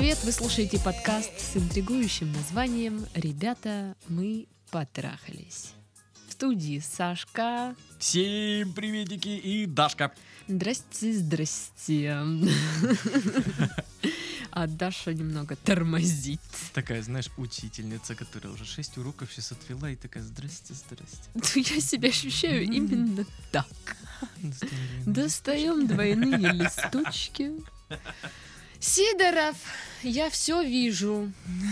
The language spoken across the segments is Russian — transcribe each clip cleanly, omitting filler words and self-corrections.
привет! Вы слушаете подкаст с интригующим названием «Ребята, мы потрахались». В студии Сашка. Всем приветики и Дашка. Здрасте. А Даша немного тормозит. Такая, знаешь, учительница, которая уже 6 уроков сейчас отвела и такая: здрасте. Я себя ощущаю именно так. Достаем двойные листочки. Сидоров, я все вижу.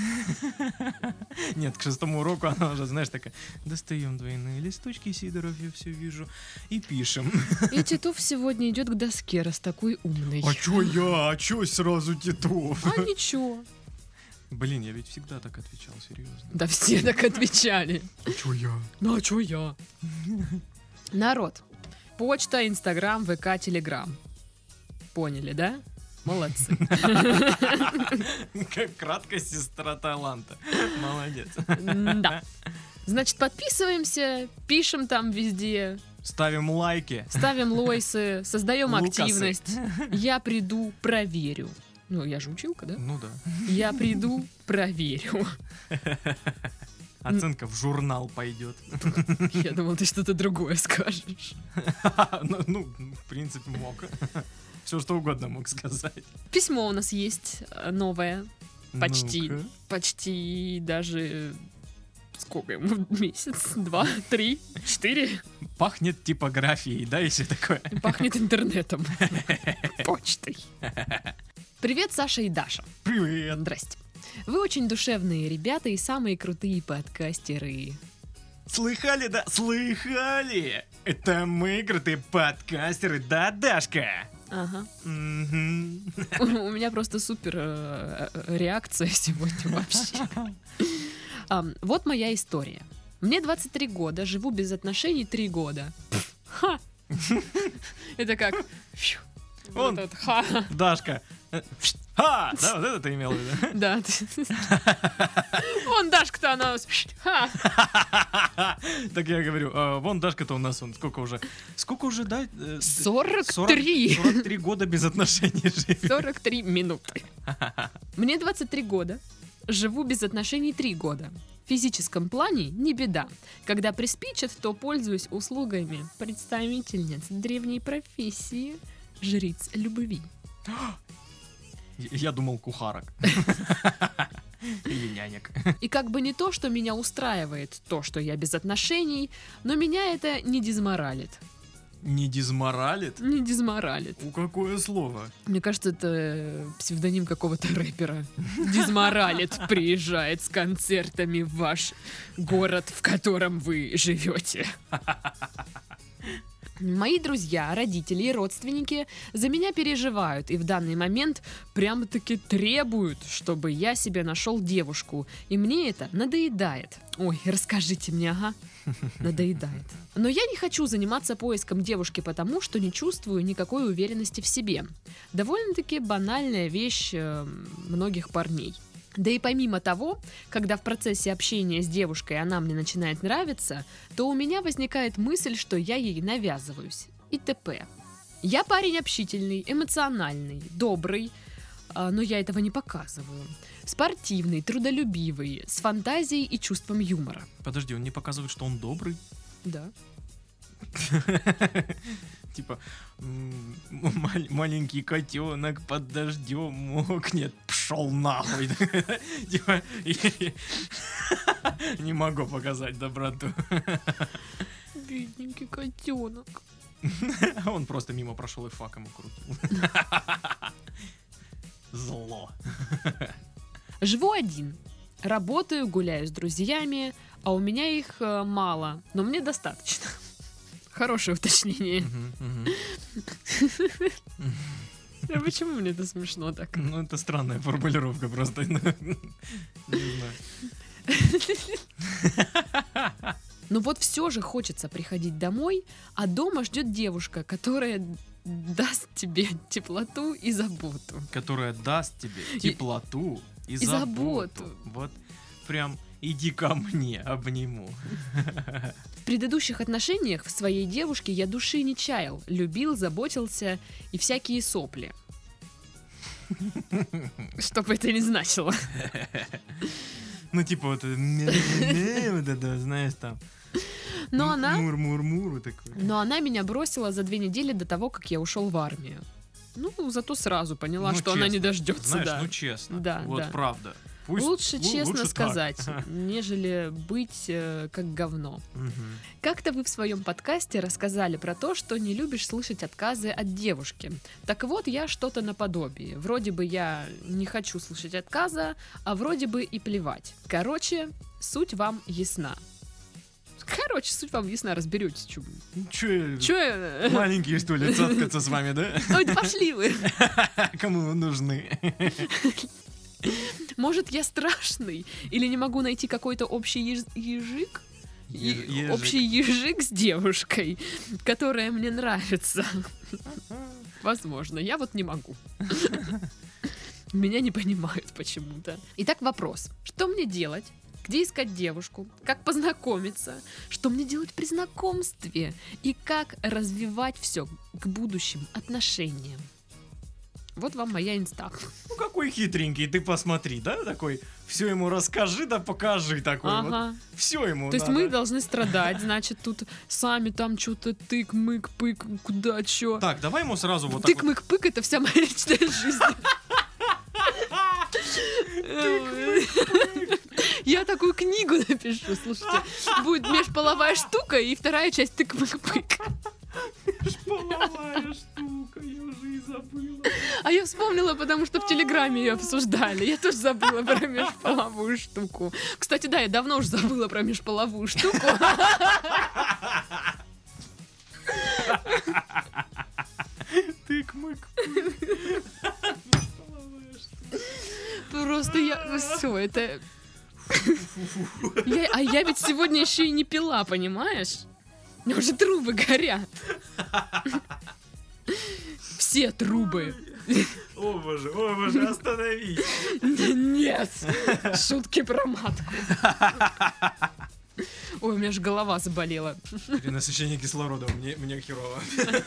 Нет, к 6-му уроку она уже, знаешь, такая: достаем двойные листочки, Сидоров, я все вижу, и пишем. И Титов сегодня идет к доске, раз такой умный. А чё я? А чё сразу Титов? А ничего. Блин, я ведь всегда так отвечал, серьезно. Да все так отвечали. А чё я? Ну а чё я? Народ. Почта, Инстаграм, ВК, Телеграм. Поняли, да? Молодцы. Как краткость сестра таланта. Молодец. Да. Значит, подписываемся, пишем там везде, Ставим лайки. ставим лойсы, создаем Лукасы. активность. Я приду, проверю. Ну, я же училка, да? Ну да. Я приду, проверю. Оценка в журнал пойдет. Я думал, ты что-то другое скажешь. Ну, в принципе, мог. Все что угодно мог сказать. Письмо у нас есть новое. Почти. Ну-ка. Почти даже... Сколько ему? Месяц? 2? 3? 4? Пахнет типографией, да, если такое? Пахнет интернетом. Почтой. Привет, Саша и Даша. Привет. Здрасте. Вы очень душевные ребята и самые крутые подкастеры. Слыхали, да? Слыхали? Это мы, крутые подкастеры, да, Дашка? Ага. Мгм. У меня просто супер реакция сегодня вообще. Вот моя история. Мне 23 года, живу без отношений 3 года. Ха! Это как... Он. Вот это ха! Дашка. Ха! Да, вот это ты имел в виду? Да. Вон Дашка-то она... Ха! Так я говорю, вон Дашка-то у нас, сколько уже, да? 43! 43 года без отношений живет. 43 минуты. Мне 23 года. Живу без отношений 3 года. В физическом плане не беда. Когда приспичат, то пользуюсь услугами представительниц древней профессии жриц любви. Я думал, кухарок. Или нянек. И как бы не то, что меня устраивает то, что я без отношений, но меня это не дезморалит. Не дезморалит? Не дезморалит. Какое слово? Мне кажется, это псевдоним какого-то рэпера. Дезморалит приезжает с концертами в ваш город, в котором вы живете. Мои друзья, родители и родственники за меня переживают и в данный момент прямо-таки требуют, чтобы я себе нашел девушку. И мне это надоедает. Ой, расскажите мне, ага. Надоедает. Но я не хочу заниматься поиском девушки, потому что не чувствую никакой уверенности в себе. Довольно-таки банальная вещь многих парней. Да и помимо того, когда в процессе общения с девушкой она мне начинает нравиться, то у меня возникает мысль, что я ей навязываюсь. И т.п. Я парень общительный, эмоциональный, добрый, но я этого не показываю. Спортивный, трудолюбивый, с фантазией и чувством юмора. Подожди, он не показывает, что он добрый? Да. Типа, маленький котенок под дождем мокнет, пшел нахуй. Типа, не могу показать доброту. Бедненький котенок. Он просто мимо прошел и факом укрутил. Зло. Живу один. Работаю, гуляю с друзьями, а у меня их мало, но мне достаточно. Хорошее уточнение. А почему мне это смешно так? Ну, это странная формулировка просто. Не знаю. Но вот все же хочется приходить домой, а дома ждет девушка, которая даст тебе теплоту и заботу. Которая даст тебе теплоту и заботу. Вот прям иди ко мне, обниму. В предыдущих отношениях в своей девушке я души не чаял, любил, заботился и всякие сопли. Что бы это ни значило. Ну, типа, вот это, знаешь, там. Но она... Мур-мур-мур такой. Но она меня бросила за 2 недели до того, как я ушел в армию. Ну, зато сразу поняла, что она не дождется. Знаешь, да. ну честно. Да, вот да. правда. Лучше честно лучше сказать, так. нежели быть как говно. Мгм. Как-то вы в своем подкасте рассказали про то, что не любишь слышать отказы от девушки. Так вот, я что-то наподобие. Вроде бы я не хочу слышать отказа, а вроде бы и плевать. Короче, суть вам ясна. Разберетесь, что. Чё, маленькие, что ли, цаткаться с вами, да? Ой, да пошли вы. Кому вы нужны? Может, я страшный? Или не могу найти какой-то общий язык? Ежик. Общий язык с девушкой, которая мне нравится. Возможно, я вот не могу. Меня не понимают почему-то. Итак, вопрос. Что мне делать? Где искать девушку? Как познакомиться? Что мне делать при знакомстве? И как развивать все к будущим отношениям? Вот вам моя инста. Ну, какой хитренький, ты посмотри, да, такой, все ему расскажи, да покажи, такой Ага. вот, все ему То есть надо. мы должны страдать, значит, тут сами там что-то тык-мык-пык, куда чё. Так, давай ему сразу вот так вот. Тык-мык-пык — это вся моя личная жизнь. Я такую книгу напишу, слушайте. Будет межполовая штука и вторая часть тык-мык-пык. Половая штука, я уже и забыла. А я вспомнила, потому что в Телеграме ее обсуждали. Я тоже забыла про межполовую штуку. Кстати, да, я давно уже забыла про межполовую штуку. Тык-мык. Просто я... Все, это... А я ведь сегодня еще и не пила, понимаешь? У меня уже трубы горят. Все трубы. О боже, остановись. Нет. Шутки про матку. Ой, у меня же голова заболела. Перенасыщение кислорода, мне херово.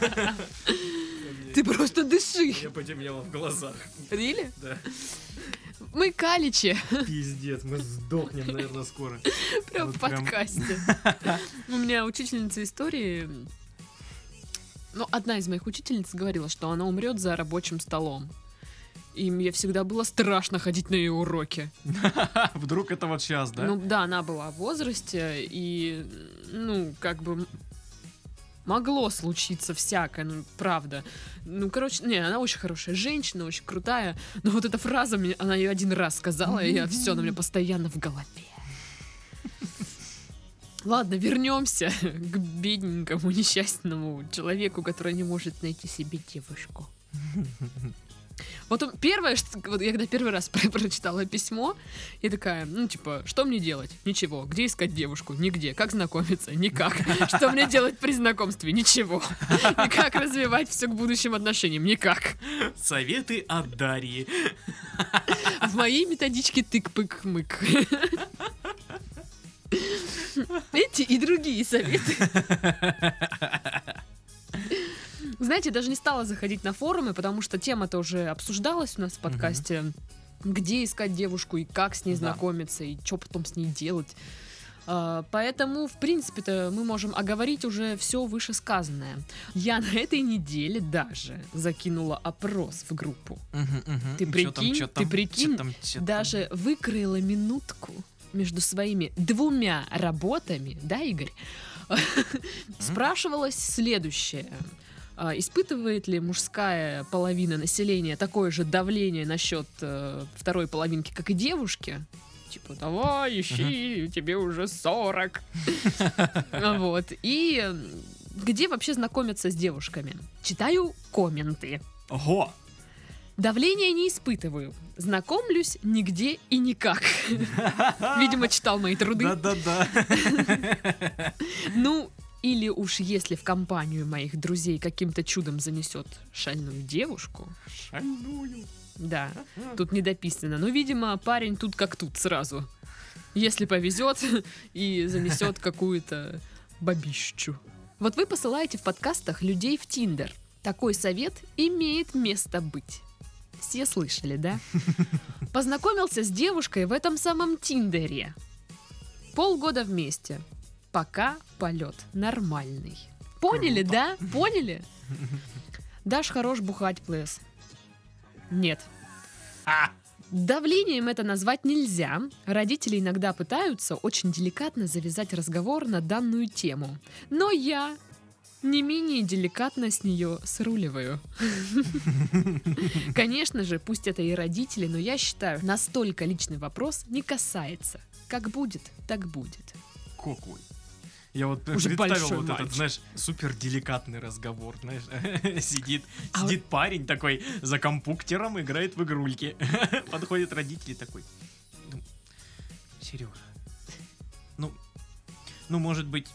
Ты просто дыши. Мне потемнело в глазах. Рили? Да. Мы каличи. Пиздец, мы сдохнем, наверное, скоро. Прям Вот в прям. подкасте. У меня учительница истории... Ну, одна из моих учительниц говорила, что она умрет за рабочим столом. И мне всегда было страшно ходить на ее уроки. Вдруг это вот сейчас, да? Ну да, она была в возрасте, и, ну, как бы могло случиться всякое, ну, правда. Ну, короче, не, она очень хорошая женщина, очень крутая, но вот эта фраза, она ее один раз сказала, и все, она у меня постоянно в голове. Ладно, вернемся к бедненькому, несчастному человеку, который не может найти себе девушку. Вот первое, вот я когда первый раз прочитала письмо, я такая, ну, типа, что мне делать? Ничего. Где искать девушку? Нигде. Как знакомиться? Никак. Что мне делать при знакомстве? Ничего. И как развивать все к будущим отношениям? Никак. Советы от Дарьи. В моей методичке тык-пык-мык. Эти и другие советы. Знаете, даже не стала заходить на форумы, потому что тема-то уже обсуждалась у нас в подкасте. Где искать девушку и как с ней знакомиться, и что потом с ней делать. Поэтому, в принципе-то, мы можем оговорить уже все вышесказанное. Я на этой неделе даже закинула опрос в группу. Ты прикинь, даже выкроила минутку между своими 2 работами, да, Игорь? Спрашивалось следующее. Испытывает ли мужская половина населения такое же давление насчет второй половинки, как и девушки? Типа, давай, ищи, тебе уже 40. Вот. И где вообще знакомиться с девушками? Читаю комменты. Ого! Давления не испытываю. Знакомлюсь нигде и никак. Видимо, читал мои труды. Да-да-да. Ну, или уж если в компанию моих друзей каким-то чудом занесет шальную девушку. Шальную. Да, тут не дописано. Но, видимо, парень тут как тут сразу. Если повезет и занесет какую-то бабищу. Вот вы посылаете в подкастах людей в Тиндер. Такой совет имеет место быть. Все слышали, да? Познакомился с девушкой в этом самом Тиндере. Полгода вместе. Пока полет нормальный. Поняли, Круто. да? Поняли? Даш хорош бухать, плес. Нет. Давлением это назвать нельзя. Родители иногда пытаются очень деликатно завязать разговор на данную тему. Но я не менее деликатно с нее сруливаю. Конечно же, пусть это и родители, но я считаю, настолько личный вопрос не касается. Как будет, так будет. Какой? Я вот Уже представил большой вот этот, мальчик. знаешь, супер деликатный разговор, знаешь, сидит А парень такой за компьютером, играет в игрульки. Подходят родители такой: Сережа, ну, может быть,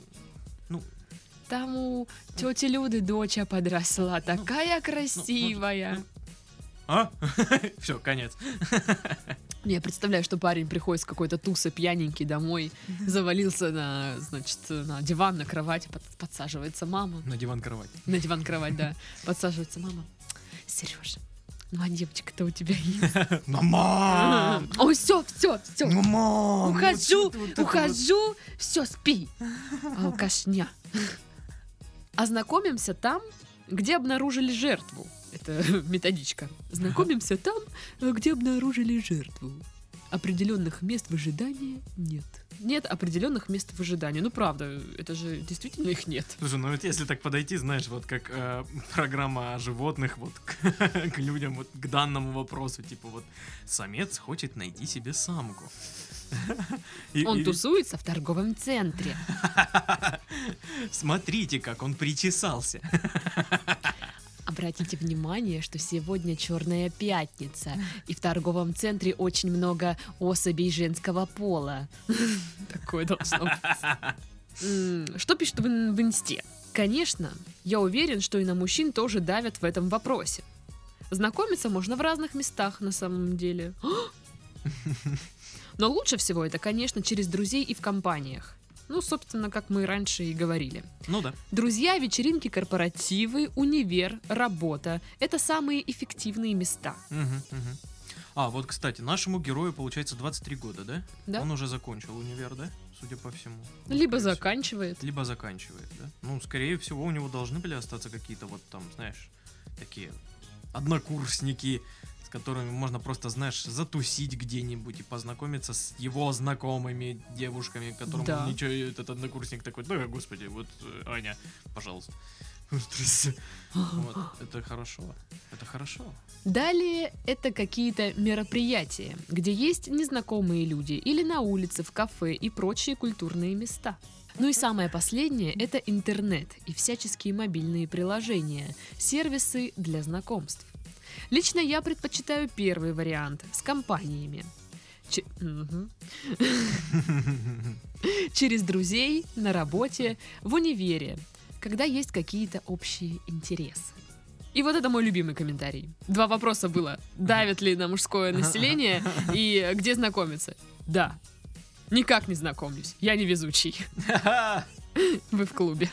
Там у тети Люды доча подросла, такая красивая. а? Все, конец. Я представляю, что парень приходит с какой-то тусы пьяненький домой, завалился на диван, на кровать, подсаживается мама. На диван-кровать. На диван-кровать, да. Подсаживается мама. Сережа, ну а девочка-то у тебя есть? Ну, мам! Ой, все. Ну, мам! Ухожу, все, спи. Алкашня. Ознакомимся там, где обнаружили жертву. Это методичка. Знакомимся там, где обнаружили жертву. Определенных мест в ожидании нет. Нет определенных мест в ожидании. Ну, правда, это же действительно их нет. Слушай, ну вот если так подойти, знаешь, вот как программа о животных, вот к людям, вот к данному вопросу, типа вот самец хочет найти себе самку. Он тусуется в торговом центре. Смотрите, как он причесался. Обратите внимание, что сегодня Черная пятница, и в торговом центре очень много особей женского пола. Такое должно быть. Что пишут в инсте? Конечно, я уверен, что и на мужчин тоже давят в этом вопросе. Знакомиться можно в разных местах на самом деле. Но лучше всего это, конечно, через друзей и в компаниях. Ну, собственно, как мы раньше и говорили. Ну да. Друзья, вечеринки, корпоративы, универ, работа – это самые эффективные места. А, вот, кстати, нашему герою, получается, 23 года, да? Да. Он уже закончил универ, да? Судя по всему. Ну, Либо скорее заканчивает. всего. Либо заканчивает, да? Ну, скорее всего, у него должны были остаться какие-то вот там, знаешь, такие однокурсники, с которыми можно просто, знаешь, затусить где-нибудь и познакомиться с его знакомыми девушками, которым Да. он ничего, этот однокурсник такой: да, господи, вот, Аня, пожалуйста. Вот, это хорошо, это хорошо. Далее это какие-то мероприятия, где есть незнакомые люди, или на улице, в кафе и прочие культурные места. Ну и самое последнее – это интернет и всяческие мобильные приложения, сервисы для знакомств. Лично я предпочитаю первый вариант с компаниями. Через друзей, на работе, в универе, когда есть какие-то общие интересы. И вот это мой любимый комментарий. 2 вопроса было. Давят ли на мужское население и где знакомиться? Да. Никак не знакомлюсь. Я невезучий. Вы в клубе.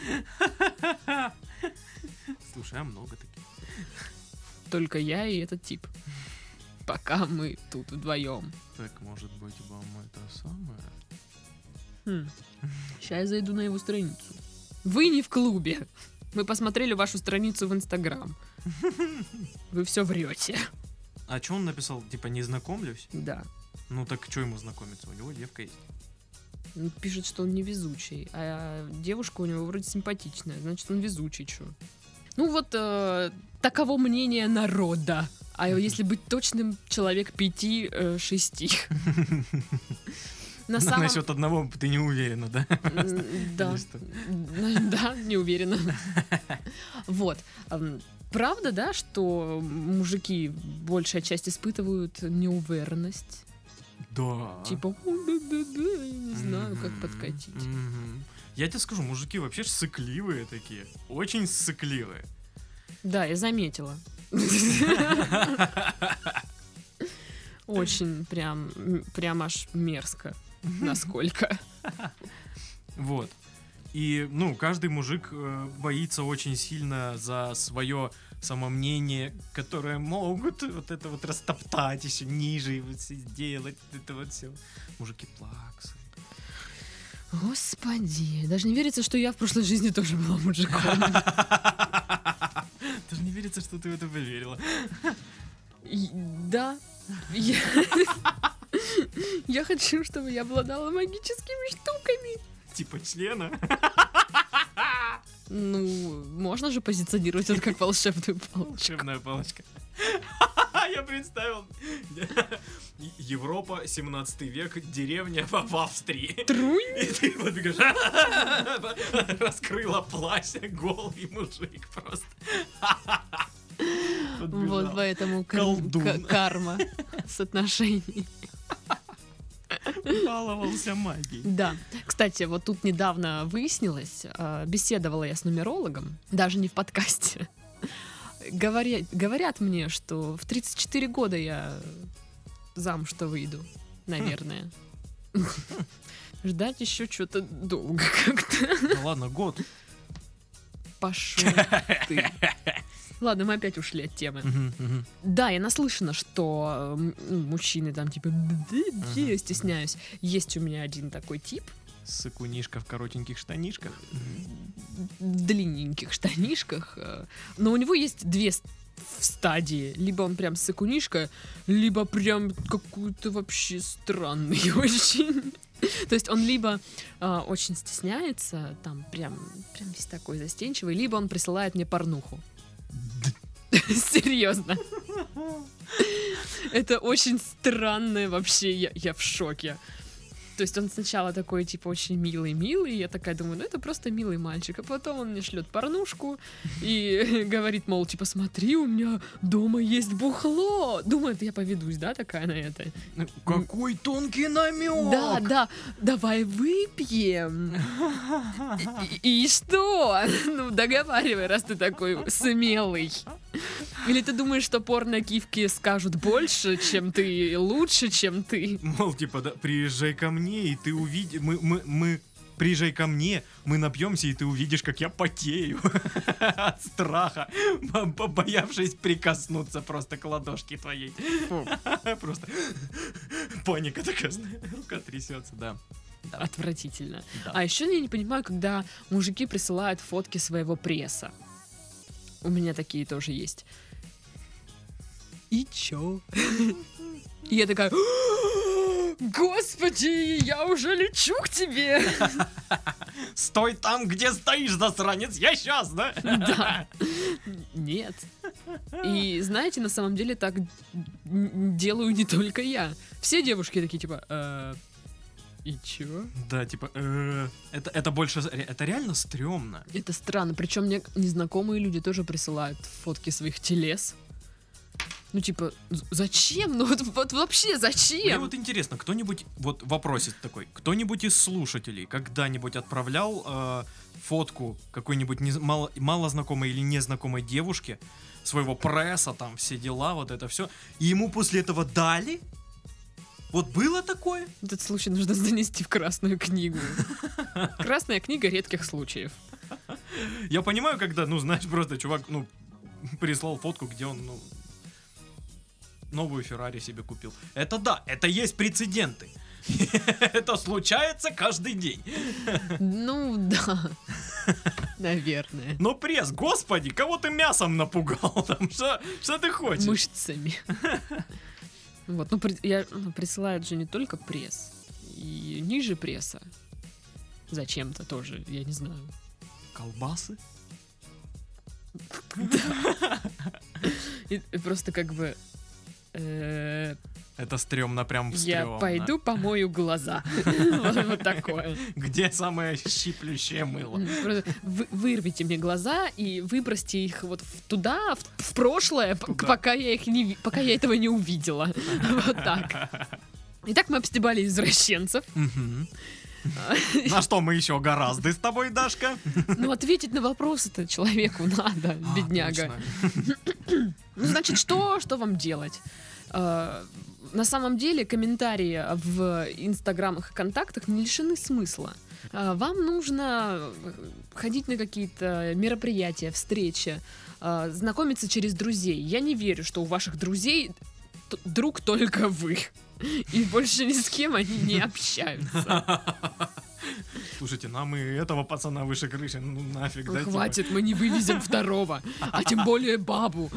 Слушай, а много таких. Только я и этот тип. Пока мы тут вдвоем. Так, может быть, вам это самое? Сейчас я зайду на его страницу. Вы не в клубе. Мы посмотрели вашу страницу в Инстаграм. Вы все врете. А что он написал? Типа, не знакомлюсь? Да. Ну так что ему знакомиться? У него девка есть. Он пишет, что он невезучий, а девушка у него вроде симпатичная, значит, он везучий, чё. Ну вот, таково мнение народа. А если быть точным, человек 5-6. На самом... Насчет одного ты не уверена, да? Да. Или что? Да, не уверена. Вот. Правда, да, что мужики большая часть испытывают неуверенность? Да. Типа, я не знаю, как подкатить. Я тебе скажу, мужики вообще сыкливые такие. Очень сыкливые. Да, я заметила. Очень прям аж мерзко. Насколько. Вот. И, ну, каждый мужик боится очень сильно за свое самомнение, которые могут вот это вот растоптать еще ниже и вот сделать это вот все. Мужики плаксы. Господи, даже не верится, что я в прошлой жизни тоже была мужиком. Даже не верится, что ты в это поверила. Да. Я хочу, чтобы я обладала магическими штуками. Типа члена. Ну, можно же позиционировать это как волшебную палочку. Волшебная палочка. Я представил. Европа, 17 век, деревня в Австрии. Труй? И ты подбегаешь. Раскрыла плащ, голый мужик просто. Вот поэтому Колдун. карма с отношений. Баловался магией. Да. Кстати, вот тут недавно выяснилось, беседовала я с нумерологом, даже не в подкасте. Говорят мне, что в 34 года я замуж-то выйду, наверное. Ждать еще что-то долго как-то. Ну ладно, год. Пошел ты. Ладно, мы опять ушли от темы. Да, я наслышана, что мужчины там типа я стесняюсь. Есть у меня один такой тип. Сыкунишка в коротеньких штанишках. В длинненьких штанишках. Но у него есть две стадии. Либо он прям сыкунишка, либо прям какой-то вообще странный очень. То есть он либо очень стесняется, там прям весь такой застенчивый, либо он присылает мне порнуху. Серьезно. Это очень странное вообще, я в шоке. То есть он сначала такой, типа, очень милый, и я такая думаю, ну это просто милый мальчик. А потом он мне шлет порнушку и говорит, мол, типа, смотри, у меня дома есть бухло. Думает, я поведусь, да, такая на это. Какой тонкий намек! Да, давай выпьем. И что? Ну, договаривай, раз ты такой смелый. Или ты думаешь, что порно-кивки скажут больше, чем ты, лучше, чем ты? Мол, типа, да, приезжай ко мне, и ты увидишь... Мы приезжай ко мне, мы напьемся, и ты увидишь, как я потею от страха, побоявшись прикоснуться просто к ладошке твоей. Просто паника такая, рука трясется, да. Отвратительно. Да. А еще я не понимаю, когда мужики присылают фотки своего пресса. У меня такие тоже есть. И чё? И я такая, господи, я уже лечу к тебе. Стой там, где стоишь, засранец, я сейчас, да? Да. Нет. И знаете, на самом деле так делаю не только я. Все девушки такие, типа, и чё? Да, типа, это больше, это реально стрёмно. Это странно. Причем мне незнакомые люди тоже присылают фотки своих телес. Ну, типа, зачем? Ну, вот вообще Мне зачем? вот интересно, кто-нибудь, вот вопросик такой, кто-нибудь из слушателей когда-нибудь отправлял фотку какой-нибудь мало знакомой или незнакомой девушке, своего пресса, там, все дела, вот это все, и ему после этого дали? Вот было такое? Этот случай нужно занести в Красную книгу. Красная книга редких случаев. Я понимаю, когда, ну, знаешь, просто чувак, ну, прислал фотку, где он, ну, новую Феррари себе купил. Это да, это есть прецеденты. Это случается каждый день. Ну, да. Наверное. Но пресс, господи, кого ты мясом напугал? Там, что ты хочешь? Мышцами. Вот, присылают же не только пресс. И ниже пресса. Зачем-то тоже, я не знаю. Колбасы? И просто как бы... Это стрёмно, прям стрёмно. Я пойду помою глаза. Вот такое. Где самое щиплющее мыло? Вырвите мне глаза и выбросьте их вот туда, в прошлое, пока я этого не увидела. Вот так. Итак, мы обстебали извращенцев. На что мы еще гораздо с тобой, Дашка? Ну, ответить на вопросы-то человеку надо, бедняга. Ну, значит, что вам делать? На самом деле комментарии в инстаграмах и контактах не лишены смысла. Вам нужно ходить на какие-то мероприятия, встречи, знакомиться через друзей. Я не верю, что у ваших друзей друг только вы. И больше ни с кем они не общаются. Слушайте, нам и этого пацана выше крыши, ну нафиг, дайте. Хватит, мы не вывезем второго, а тем более бабу.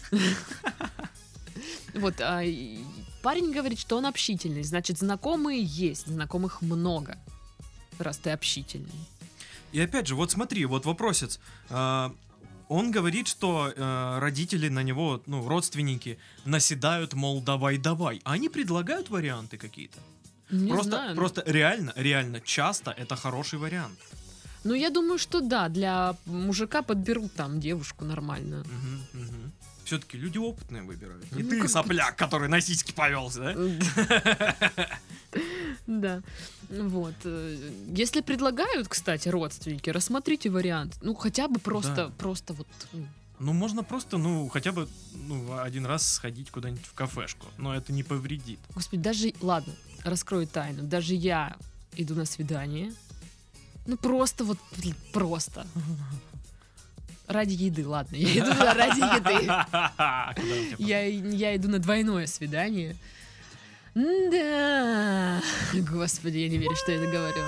Вот, парень говорит, что он общительный, значит, знакомые есть, знакомых много, раз ты общительный. И опять же, вот смотри, вот вопросец. Он говорит, что родители на него, ну, родственники, наседают, мол, давай. А они предлагают варианты какие-то? Не знаю. Просто реально, часто это хороший вариант. Ну, я думаю, что да, для мужика подберут там девушку нормально. Все-таки люди опытные выбирают. Не Ну, ты, как- сопляк, который на сиськи повелся, да? Да, вот. Если предлагают, кстати, родственники, рассмотрите вариант. Ну, хотя бы просто вот... Ну, можно просто, ну, хотя бы, ну, один раз сходить куда-нибудь в кафешку. Но это не повредит. Господи, даже... Ладно, раскрою тайну. Даже я иду на свидание. Ну, просто вот, блин, просто. Ради еды, ладно. Я иду туда ради еды. Куда у тебя Я иду на двойное свидание. Да. Господи, я не верю, что я это говорю.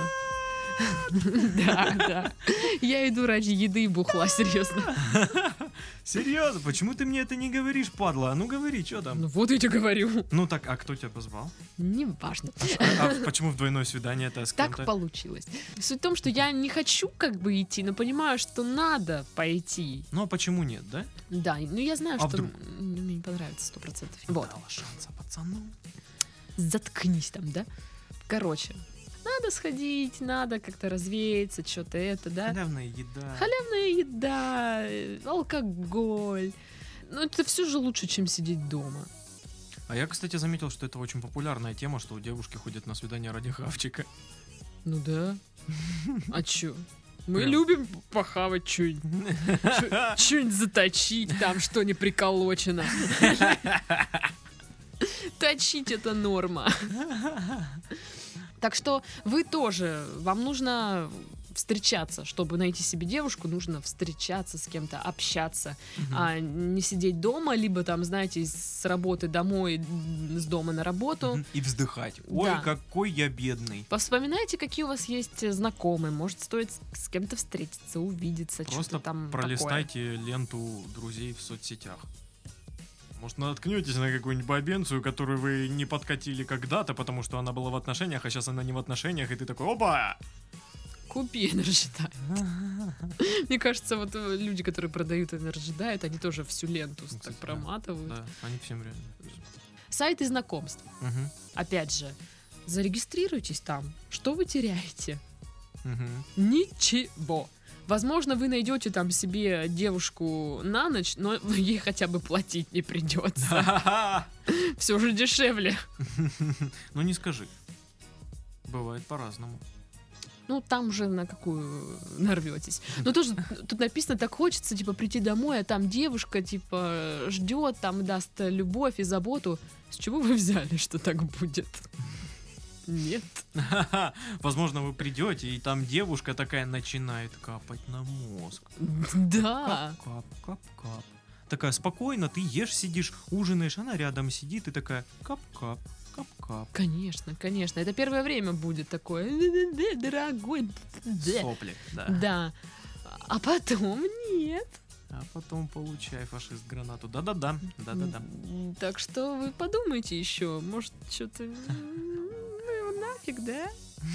Да. Я иду ради еды и бухла, серьезно. Серьезно? Почему ты мне это не говоришь, падла? А ну говори, что там? Ну вот я тебе говорю. Ну так, а кто тебя позвал? Неважно. А почему в двойное свидание это с кем-то? Так получилось. Суть в том, что я не хочу как бы идти, но понимаю, что надо пойти. Ну а почему нет, да? Да, ну я знаю, А что вдруг? мне не понравится 100%. Вот. Дала шанса пацану. Заткнись там, да? Короче, надо сходить, надо как-то развеяться, что-то это, да? Халявная еда. Халявная еда, алкоголь. Ну, это все же лучше, чем сидеть дома. А я, кстати, заметил, что это очень популярная тема, что девушки ходят на свидание ради хавчика. Ну да. А чё? Мы Прям. любим похавать что-нибудь. Что-нибудь заточить, там что не приколочено. Точить это норма. Так что вы тоже, вам нужно встречаться, чтобы найти себе девушку, нужно встречаться с кем-то, общаться, а не сидеть дома, либо там, знаете, с работы домой, с дома на работу. И вздыхать. Ой, Да. какой я бедный. Повспоминайте, какие у вас есть знакомые, может, стоит с кем-то встретиться, увидеться, Просто что-то там пролистайте ленту друзей в соцсетях. Может, наткнетесь на какую-нибудь бабенцию, которую вы не подкатили когда-то, потому что она была в отношениях, а сейчас она не в отношениях, и ты такой, опа! Купи Энерджи Мне кажется, вот люди, которые продают Энерджи они тоже всю ленту Кстати, так да. проматывают. Да, они всем реально. Сайты знакомств. Мгм, Опять же, зарегистрируйтесь там. Что вы теряете? мгм. Ничего. Возможно, вы найдете там себе девушку на ночь, но ей хотя бы платить не придется. Все же дешевле. Ну не скажи. Бывает по-разному. Ну, там же на какую нарветесь. Но тоже тут написано, так хочется, типа, прийти домой, а там девушка, типа, ждет, там даст любовь и заботу. С чего вы взяли, что так будет? Нет. Возможно, вы придете, и там девушка такая начинает капать на мозг. Да. Кап, кап, кап. Такая спокойно, ты ешь, сидишь, ужинаешь, она рядом сидит и такая кап-кап, кап-кап. Конечно, конечно. Это первое время будет такое. Дорогой. Сопли, да. Да. А потом нет. А потом получай, фашист, гранату. Да-да-да, да-да-да. Так что вы подумайте еще. Может, что-то... Ну, нафиг, да?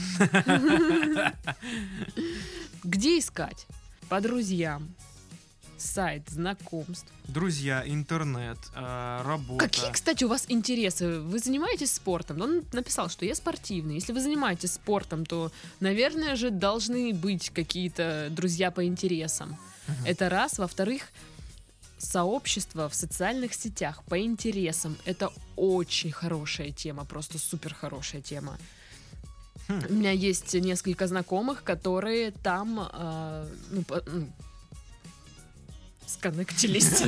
Где искать? По друзьям. Сайт знакомств. Друзья, интернет, работа. Какие, кстати, у вас интересы? Вы занимаетесь спортом? Он написал, что я спортивный. Если вы занимаетесь спортом, то, наверное же, должны быть какие-то друзья по интересам. Мгм. Это раз. Во-вторых, сообщество в социальных сетях по интересам. Это очень хорошая тема, просто супер хорошая тема. Хм. У меня есть несколько знакомых, которые там сконнектились,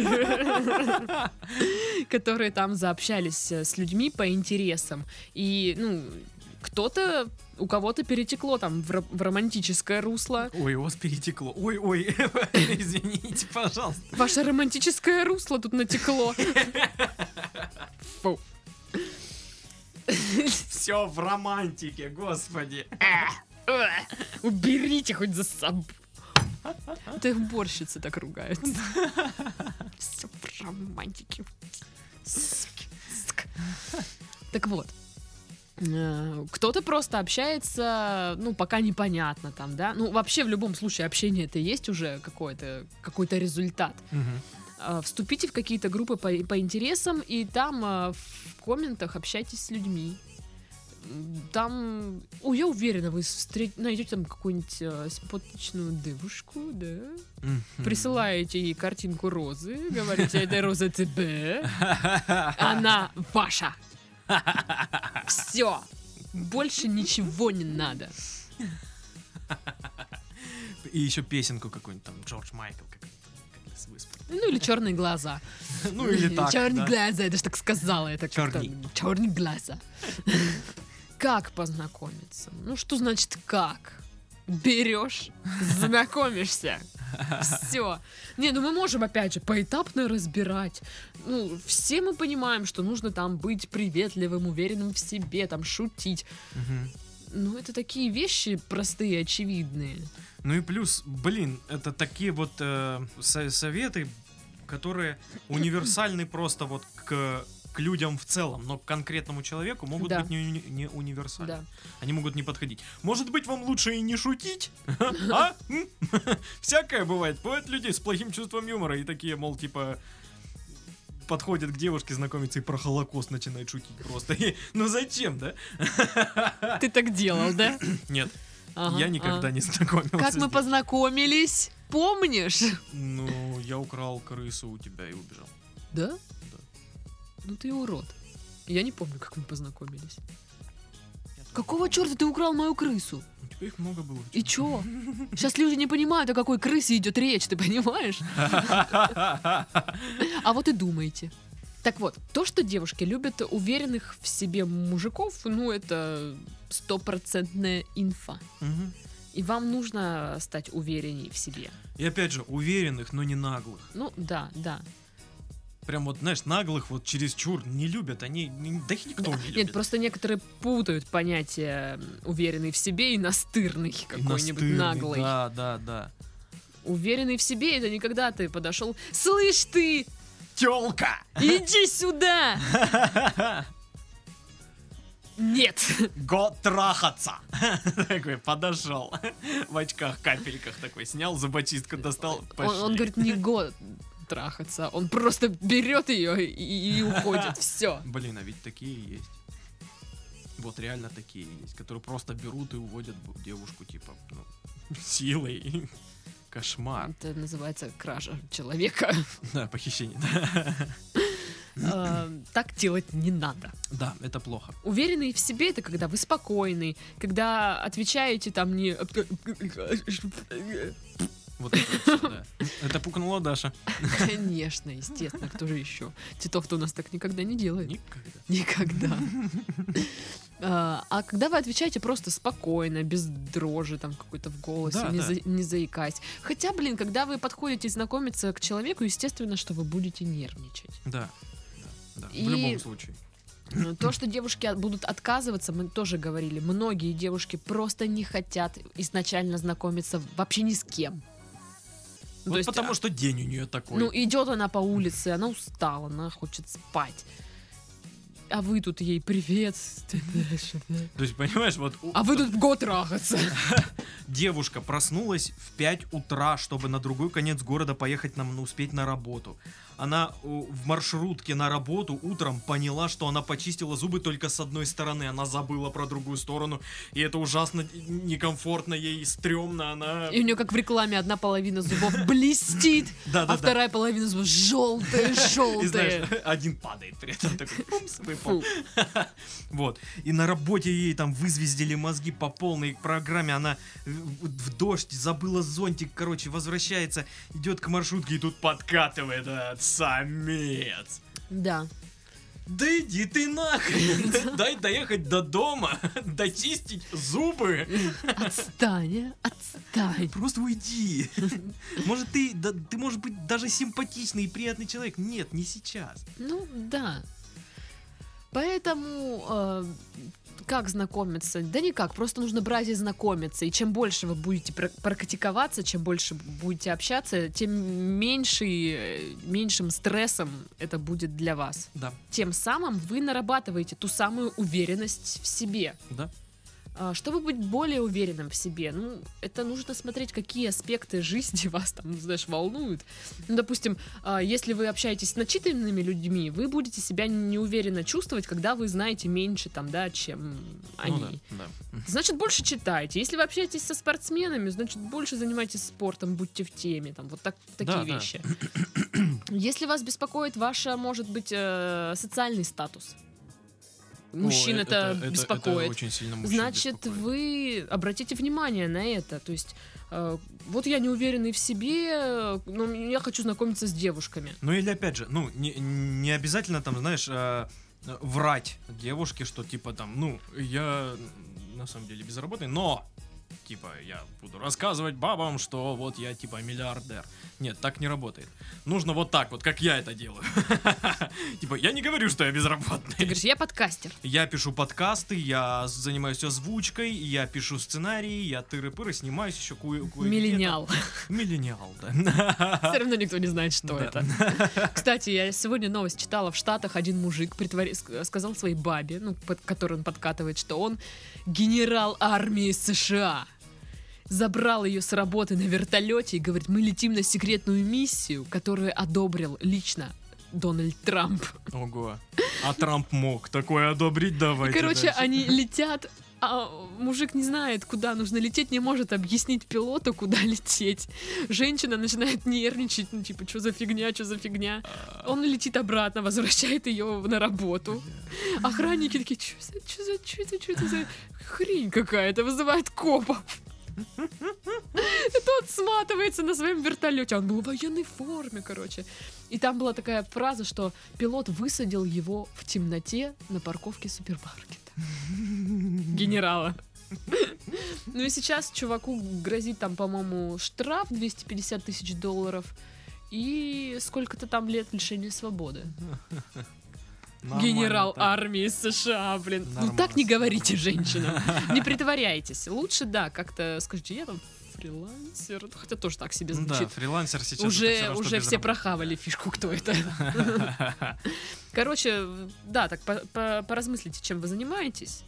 которые там заобщались с людьми по интересам. И, ну, у кого-то перетекло там в романтическое русло. Ой, у вас перетекло. Ой, извините, пожалуйста. Ваше романтическое русло тут натекло. Фу. Все в романтике, господи. Уберите хоть за собой. Это их уборщицы так ругаются. Все в романтике. Так вот. Кто-то просто общается, ну, пока непонятно там, да. Ну, вообще, в любом случае, общение это есть уже какой-то результат. Вступите в какие-то группы по интересам, и там в комментах общайтесь с людьми. Там, я уверена, вы найдете там какую-нибудь симпатичную девушку, да? Присылаете ей картинку розы, говорите, эта роза тебе, она ваша. Все. Больше ничего не надо. И еще песенку какую-нибудь там, Джордж Майкл, ну или черные глаза. Ну или так. Черные глаза, я даже так сказала. Это черные глаза. Как познакомиться? Ну что значит как? Берешь, знакомишься. Все. Не, ну мы можем, опять же, поэтапно разбирать. Ну, все мы понимаем, что нужно там быть приветливым, уверенным в себе, там шутить. Ну, это такие вещи простые, очевидные. Ну и плюс, блин, это такие вот советы, которые универсальны просто вот к людям в целом, но к конкретному человеку могут быть не универсальны. Да. Они могут не подходить. Может быть, вам лучше и не шутить? А? Всякое бывает. Бывают люди с плохим чувством юмора и такие, мол, типа, подходят к девушке знакомиться и про Холокост начинают шутить просто. Ну зачем, да? Ты так делал, да? Нет. Я никогда не знакомился. Как мы познакомились? Помнишь? Ну, я украл крысу у тебя и убежал. Да? Да. Ну ты урод. Я не помню, как мы познакомились. Какого черта ты украл мою крысу? У тебя их много было. И чё? Сейчас люди не понимают, о какой крысе идет речь, ты понимаешь? А вот и думаете. Так вот, то, что девушки любят уверенных в себе мужиков, ну, это 100% инфа. И вам нужно стать уверенней в себе. И опять же, уверенных, но не наглых. Ну, да. Прям вот, знаешь, наглых вот чересчур не любят. Да их никто не любит. Нет, просто некоторые путают понятие уверенный в себе и настырный какой-нибудь наглый. Да. Уверенный в себе — это не когда ты подошел. Слышь ты! Тёлка! Иди сюда! Нет. Го трахаться. Такой подошел. В очках, капельках такой. Снял зубочистку, достал. Он говорит, не го трахаться. Он просто берет ее и уходит. Все. Блин, а ведь такие есть. Вот реально такие есть, которые просто берут и уводят девушку, типа, силой. Кошмар. Это называется кража человека. Да, похищение. Так делать не надо. Да, это плохо. Уверенный в себе — это когда вы спокойный, когда отвечаете там не... Вот это всё, да. Это пукнула Даша. Конечно, естественно, кто же еще? Титов-то у нас так никогда не делает. Никогда. А когда вы отвечаете просто спокойно, без дрожи там какой-то в голосе, не заикаясь. Хотя, блин, когда вы подходите знакомиться к человеку, естественно, что вы будете нервничать. Да. В любом случае. То, что девушки будут отказываться, мы тоже говорили. Многие девушки просто не хотят изначально знакомиться вообще ни с кем. Вот потому что день у нее такой. Ну, идет она по улице, она устала, она хочет спать. А вы тут ей привет. То есть, понимаешь, вот... А вы тут в год трахаться. Девушка проснулась в 5 утра, чтобы на другой конец города поехать успеть на работу. она в маршрутке на работу утром поняла, что она почистила зубы только с одной стороны, она забыла про другую сторону, и это ужасно некомфортно ей, стрёмно, она... И у нее, как в рекламе, одна половина зубов блестит, а вторая половина зубов желтая. И знаешь, один падает при этом, такой, пумс, выпал. Вот. И на работе ей там вызвездили мозги по полной программе, она в дождь забыла зонтик, короче, возвращается, идет к маршрутке и тут подкатывает этот самец. Да. Да иди ты нахрен, дай доехать до дома, дочистить зубы. Отстань. Просто уйди. Может ты может быть даже симпатичный и приятный человек. Нет, не сейчас. Ну да. Поэтому как знакомиться? Да никак, просто нужно брать и знакомиться. И чем больше вы будете практиковаться, чем больше будете общаться, тем меньшим стрессом это будет для вас. Да. Тем самым вы нарабатываете ту самую уверенность в себе. Да. Чтобы быть более уверенным в себе, ну, это нужно смотреть, какие аспекты жизни вас там, знаешь, волнуют. Ну, допустим, если вы общаетесь с начитанными людьми, вы будете себя неуверенно чувствовать, когда вы знаете меньше, там, да, чем они. Ну, да. Значит, больше читайте. Если вы общаетесь со спортсменами, значит, больше занимайтесь спортом, будьте в теме, там, вот такие вещи. Да. Если вас беспокоит ваша, может быть, социальный статус, мужчин это беспокоит. Это очень сильно мужчин значит, беспокоит. Вы обратите внимание на это. То есть, вот я не уверенный в себе, но я хочу знакомиться с девушками. Ну или опять же, ну не обязательно там, знаешь, врать девушке, что типа там, ну я на самом деле безработный, но типа я буду рассказывать бабам, что вот я типа миллиардер. Нет, так не работает. Нужно вот так вот, как я это делаю. Типа, я не говорю, что я безработный. Ты говоришь, я подкастер. Я пишу подкасты, я занимаюсь озвучкой, я пишу сценарии, я тыры-пыры, снимаюсь еще Миллениал. Миллениал, да. Все равно никто не знает, что это. Кстати, я сегодня новость читала. В Штатах один мужик сказал своей бабе, ну, под которой он подкатывает, что он генерал армии США. Забрал ее с работы на вертолете и говорит, мы летим на секретную миссию, которую одобрил лично Дональд Трамп. Ого. А Трамп мог такое одобрить, давайте. И, короче, дальше. они летят, а мужик не знает, куда нужно лететь, не может объяснить пилоту, куда лететь. Женщина начинает нервничать, ну типа, что за фигня. Он летит обратно, возвращает ее на работу. Охранники такие, что это за хрень какая-то, вызывает копов. И тот сматывается на своем вертолете. Он был в военной форме, короче. И там была такая фраза, что пилот высадил его в темноте на парковке супермаркета. Генерала. Ну и сейчас чуваку грозит там, по-моему, штраф $250 тысяч и сколько-то там лет лишения свободы. Нормально, генерал так. армии США, блин. Нормально. Ну так не говорите женщинам. Не притворяйтесь. Лучше, да, как-то скажите, я там фрилансер. Хотя тоже так себе Ну да, звучит. фрилансер сейчас Уже все прохавали фишку, кто это. Короче, да, так поразмыслите, чем вы занимаетесь.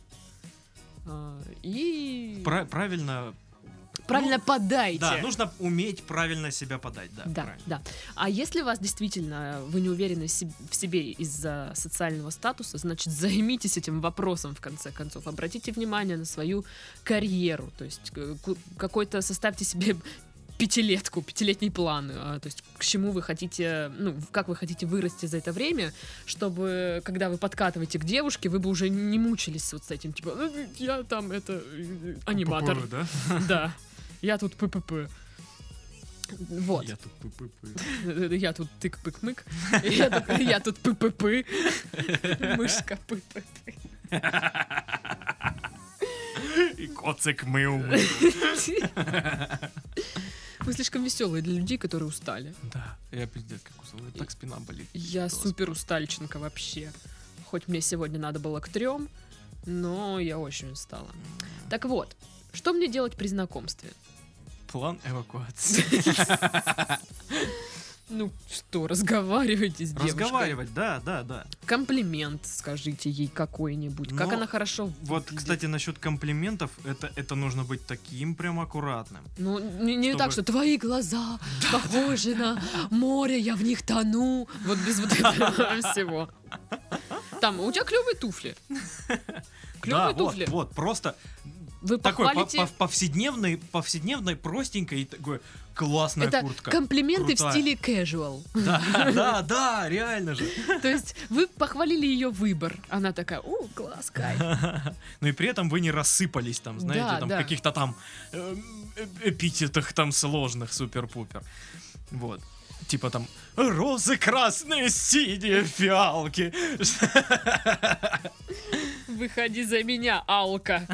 И... Правильно подайте. Да, нужно уметь правильно себя подать. Да. А если вас действительно вы не уверены в себе из-за социального статуса, значит, займитесь этим вопросом в конце концов. Обратите внимание на свою карьеру. То есть какой-то составьте себе пятилетний план, то есть к чему вы хотите, ну, как вы хотите вырасти за это время, чтобы, когда вы подкатываете к девушке, вы бы уже не мучились вот с этим, типа, я там, это, аниматор. ППП, да? Да, я тут ППП. Вот. Я тут ППП. Я тут тык-пык-мык. Я тут ППП. Мышка ППП. И коцик мыл. Вы слишком веселые для людей, которые устали. Да, я пиздец как устал. Так спина болит. Я супер устальченко вообще. Хоть мне сегодня надо было к 3, но я очень устала. Так вот, что мне делать при знакомстве? План эвакуации. Ну что, разговаривайте с девушкой. Разговаривать, да. Комплимент скажите ей какой-нибудь. Как Но она хорошо Вот, выглядит. кстати, насчет комплиментов, это нужно быть таким прям аккуратным. Ну, не Чтобы- так, что твои глаза похожи на море, я в них тону. Вот без вот этого всего. Там, у тебя клевые туфли. Да, Клевые туфли. вот, просто Вы такой похвалите... повседневной, простенькой и такой классная Это куртка. комплименты крутая. в стиле casual. Да, реально же. То есть вы похвалили ее выбор. Она такая, о, класс, кайф. Ну и при этом вы не рассыпались там, знаете, Да, там да. в каких-то там эпитетах там сложных супер-пупер. Вот. Типа там розы красные, синие, фиалки. Выходи за меня, Алка.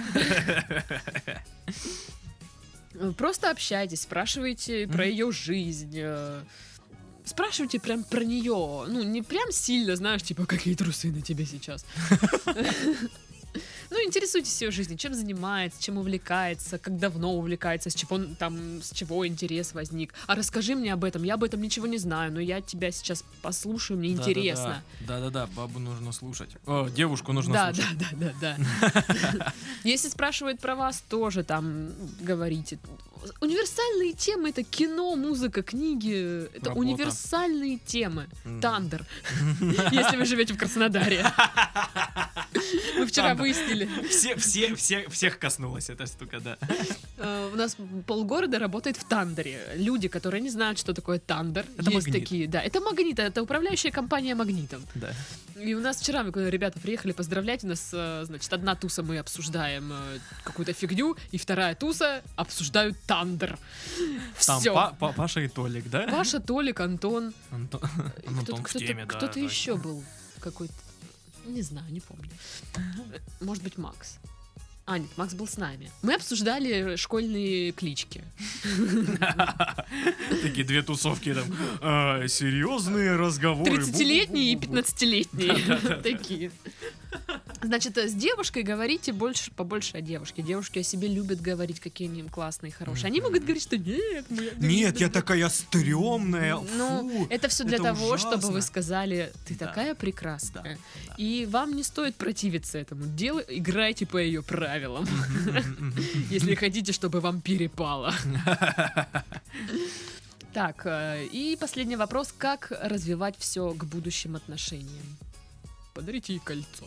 Просто общайтесь, спрашивайте про ее жизнь. Спрашивайте прям про нее. Ну, не прям сильно, знаешь, типа, какие трусы на тебе сейчас. Ну, интересуйтесь ее жизнью, чем занимается, чем увлекается, как давно увлекается, с чего интерес возник. А расскажи мне об этом, я об этом ничего не знаю, но я тебя сейчас послушаю, мне интересно. Да, бабу нужно слушать. О, девушку нужно Да. слушать. Если спрашивают про вас, тоже там говорите. Универсальные темы — это кино, музыка, книги. Это Работа. универсальные темы. Мгм. Тандер. Если вы живете в Краснодаре. Мы вчера Тандер. выяснили. Всех коснулась эта штука, да. У нас полгорода работает в Тандере. Люди, которые не знают, что такое Тандер. Это есть Магнит. такие, да. Это Магнит, это управляющая компания Магнитом. Да. И у нас вчера, когда ребята приехали поздравлять, у нас, значит, одна туса мы обсуждаем какую-то фигню, и вторая туса обсуждают Тандер. Там Все. Паша и Толик, да? Паша, Толик, Антон. Антон в теме, да. Кто-то точно. еще был какой-то. Не знаю, не помню. Может быть, Макс. А, нет, Макс был с нами. Мы обсуждали школьные клички. Такие две тусовки там. Серьезные разговоры. 30-летние и Бу-бу-бу-бу-бу. 15-летние. Такие. Значит, с девушкой говорите побольше о девушке. Девушки о себе любят говорить, какие они классные, хорошие. Они могут говорить, что нет. Нет, я такая стрёмная. Ну, Фу. это все для это того, чтобы ужасно. вы сказали, ты Да. такая прекрасная. Да. И вам не стоит противиться этому. Играйте по ее правилам, если хотите, чтобы вам перепало. Так, и последний вопрос. Как развивать все к будущим отношениям? Подарите ей кольцо.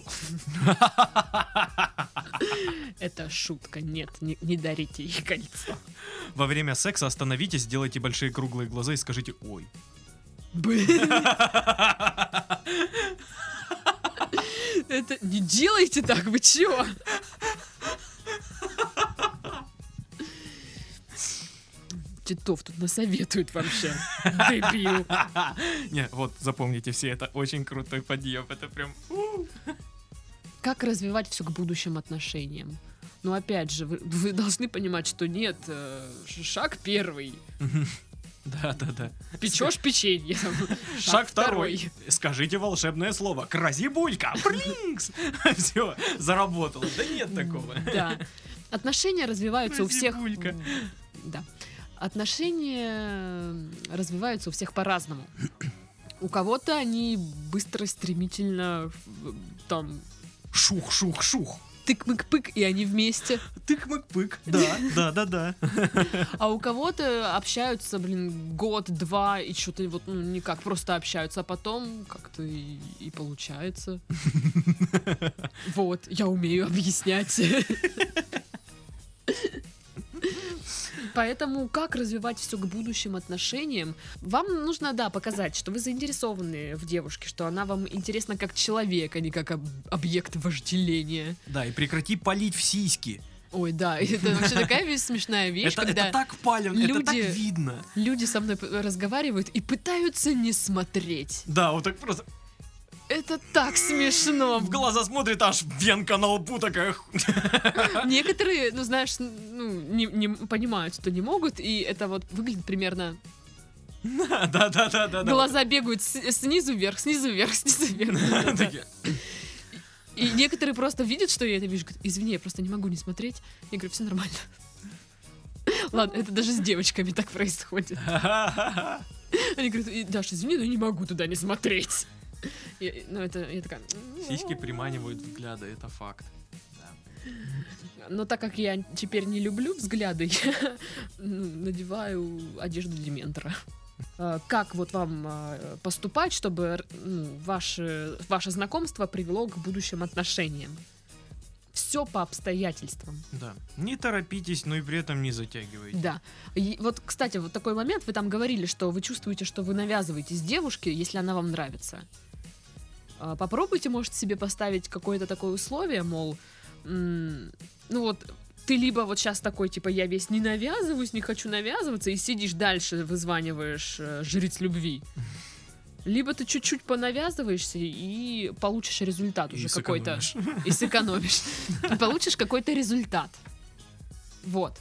Это шутка. Нет, не дарите ей кольцо. Во время секса остановитесь, сделайте большие круглые глаза и скажите «Ой». Блин. Это не делайте так, вы чё? Титов тут насоветует вообще. Дебил. Не, вот запомните все, это очень крутой подъем. Это прям... Как развивать все к будущим отношениям? Ну, опять же, вы должны понимать, что нет, шаг первый. Да. Печешь печенье. Шаг второй. Скажите волшебное слово. Кразибулька. Блинкс. Все, заработало. Да нет такого. Да. Отношения развиваются у всех... Кразибулька. Да. Отношения развиваются у всех по-разному. У кого-то они быстро, стремительно, там, Шух. тык-мык-пык, и они вместе. Тык-мык-пык. Да. А у кого-то общаются, год-два, и что-то вот, никак, просто общаются, а потом как-то и получается. Вот, я умею объяснять. Поэтому как развивать все к будущим отношениям? Вам нужно, показать, что вы заинтересованы в девушке, что она вам интересна как человек, а не как объект вожделения. Да, и прекрати палить в сиськи. Ой, да, это вообще такая смешная вещь, когда Это так палевно, это так люди- видно. люди со мной разговаривают и пытаются не смотреть. Да, вот так просто Это так смешно. в глаза смотрит, аж венка на лбу такая. Некоторые, знаешь, не понимают, что не могут, и это вот выглядит примерно... Да. Глаза бегают снизу вверх, снизу вверх, снизу вверх. Да. Такие. И некоторые просто видят, что я это вижу, говорят, извини, я просто не могу не смотреть. Я говорю, все нормально. Ладно, это даже с девочками так происходит. Они говорят, Даша, извини, но я не могу туда не смотреть. Я такая... Сиськи приманивают взгляды, это факт. Да. Но так как я теперь не люблю взгляды, я надеваю одежду Дементора. Как вот вам поступать, чтобы ваше знакомство привело к будущим отношениям? Все по обстоятельствам. Да. Не торопитесь, но и при этом не затягивайте. Да. И вот, кстати, вот такой момент. Вы там говорили, что вы чувствуете, что вы навязываетесь девушке, если она вам нравится. Попробуйте, может, себе поставить какое-то такое условие, мол, ты либо вот сейчас такой, типа, я весь не навязываюсь, не хочу навязываться, и сидишь дальше, вызваниваешь жриц любви. Либо ты чуть-чуть понавязываешься и получишь результат уже какой-то. И сэкономишь. И получишь какой-то результат. Вот.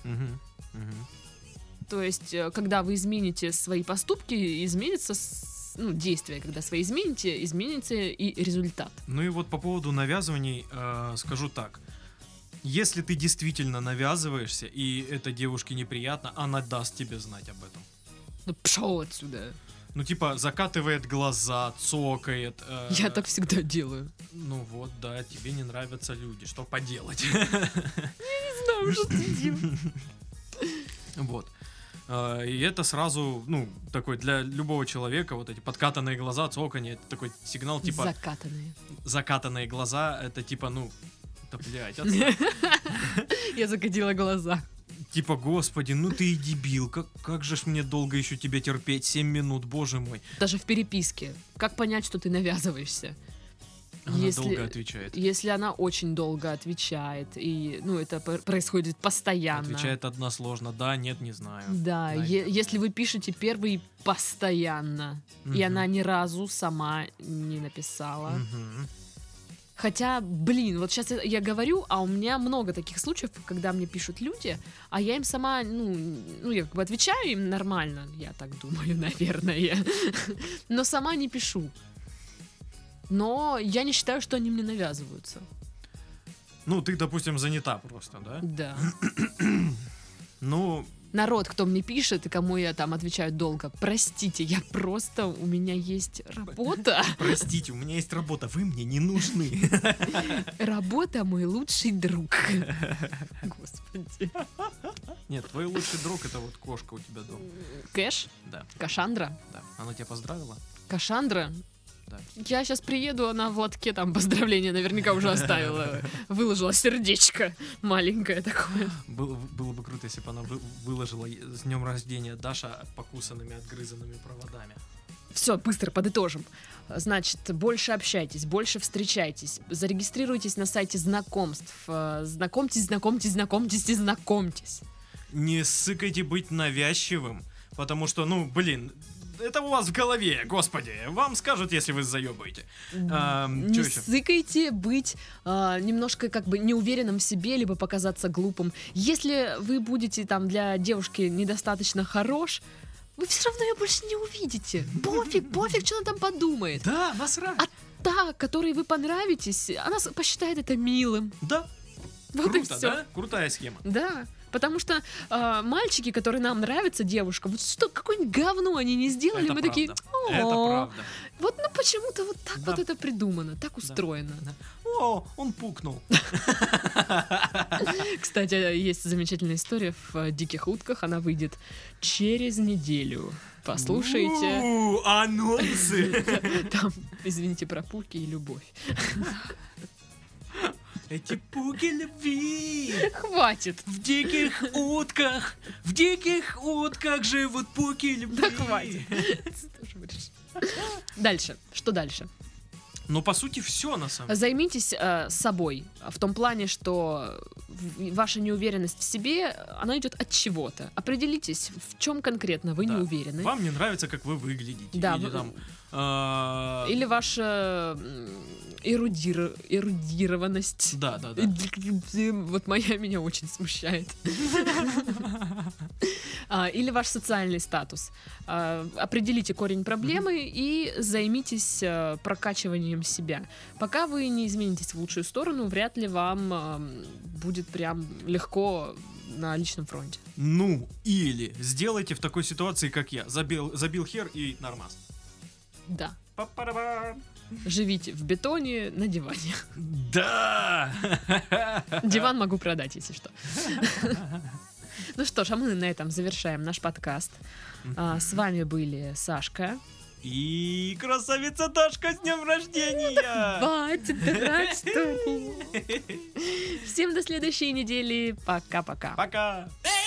То есть, когда вы измените свои поступки, изменится действия, когда свои измените, изменится и результат. Ну и вот по поводу навязываний скажу так. Если ты действительно навязываешься, и это девушке неприятно, она даст тебе знать об этом. Ну пшел отсюда. Ну типа закатывает глаза, цокает. Я так всегда делаю. Ну вот, да, тебе не нравятся люди. Что поделать? Я не знаю, что ты делаешь. Вот. И это сразу, такой для любого человека, вот эти подкатанные глаза, цоканье, это такой сигнал типа... Закатанные. Закатанные глаза, это типа, да блядь, Я закатила глаза. Типа, господи, ты и дебил, как же ж мне долго еще тебя терпеть, 7 минут, боже мой. Даже в переписке. Как понять, что ты навязываешься? Она долго отвечает. Если она очень долго отвечает, и, это происходит постоянно. Отвечает односложно, да, нет, не знаю. Да, если вы пишете первый постоянно, и она ни разу сама не написала. Хотя, вот сейчас я говорю, а у меня много таких случаев, когда мне пишут люди, а я им сама, я как бы отвечаю им нормально, я так думаю, наверное, но сама не пишу. Но я не считаю, что они мне навязываются. Ты, допустим, занята просто, да? Да. Народ, кто мне пишет и кому я там отвечаю долго, простите, у меня есть работа. Простите, у меня есть работа, вы мне не нужны. Работа мой лучший друг. Господи. Нет, твой лучший друг — это вот кошка у тебя дома. Кэш? Да. Кашандра? Да. Она тебя поздравила? Кашандра? Да. Я сейчас приеду, она в лотке там поздравления наверняка уже оставила. Выложила сердечко маленькое такое. Было бы круто, если бы она выложила с днем рождения Даша покусанными, отгрызанными проводами. Все, быстро подытожим. Значит, больше общайтесь, больше встречайтесь, зарегистрируйтесь на сайте знакомств, знакомьтесь. Не ссыкайте быть навязчивым, потому что, это у вас в голове, господи. Вам скажут, если вы заебаете. Не сыкайте быть немножко как бы неуверенным в себе, либо показаться глупым. Если вы будете там для девушки недостаточно хорош, вы все равно ее больше не увидите. Пофиг, что она там подумает. Да, насрать. А та, которой вы понравитесь, она посчитает это милым. Да. Вот круто, и все. Да? Крутая схема. Да. Потому что мальчики, которые нам нравятся, девушка, вот что, какое-нибудь говно они не сделали, это мы правда. такие, это правда. Вот почему-то вот так вот это придумано, так устроено. Да. О, он пукнул. Кстати, есть замечательная история в «Диких утках», она выйдет через неделю. Послушайте. Анонсы! Там, извините, про пуки и любовь. Эти пуки любви. Хватит. В диких утках живут пуки любви. Да хватит. Дальше. Что дальше? По сути, все на самом деле. Займитесь собой. В том плане, что ваша неуверенность в себе, она идет от чего-то. Определитесь, в чем конкретно вы не уверены. Вам не нравится, как вы выглядите. Да, или ваша эрудированность. Да. Вот моя меня очень смущает. Или ваш социальный статус. Определите корень проблемы и займитесь прокачиванием себя. Пока вы не изменитесь в лучшую сторону, вряд ли вам будет прям легко на личном фронте. Ну, или сделайте в такой ситуации, как я. Забил хер и нормас. Да. Па-па-ра-ба. Живите в бетоне на диване. Да! Диван могу продать, если что. Ну что ж, а мы на этом завершаем наш подкаст. С вами были Сашка. И красавица Дашка, с днем рождения! Хватит врать, что ли? Всем до следующей недели. Пока-пока. Пока!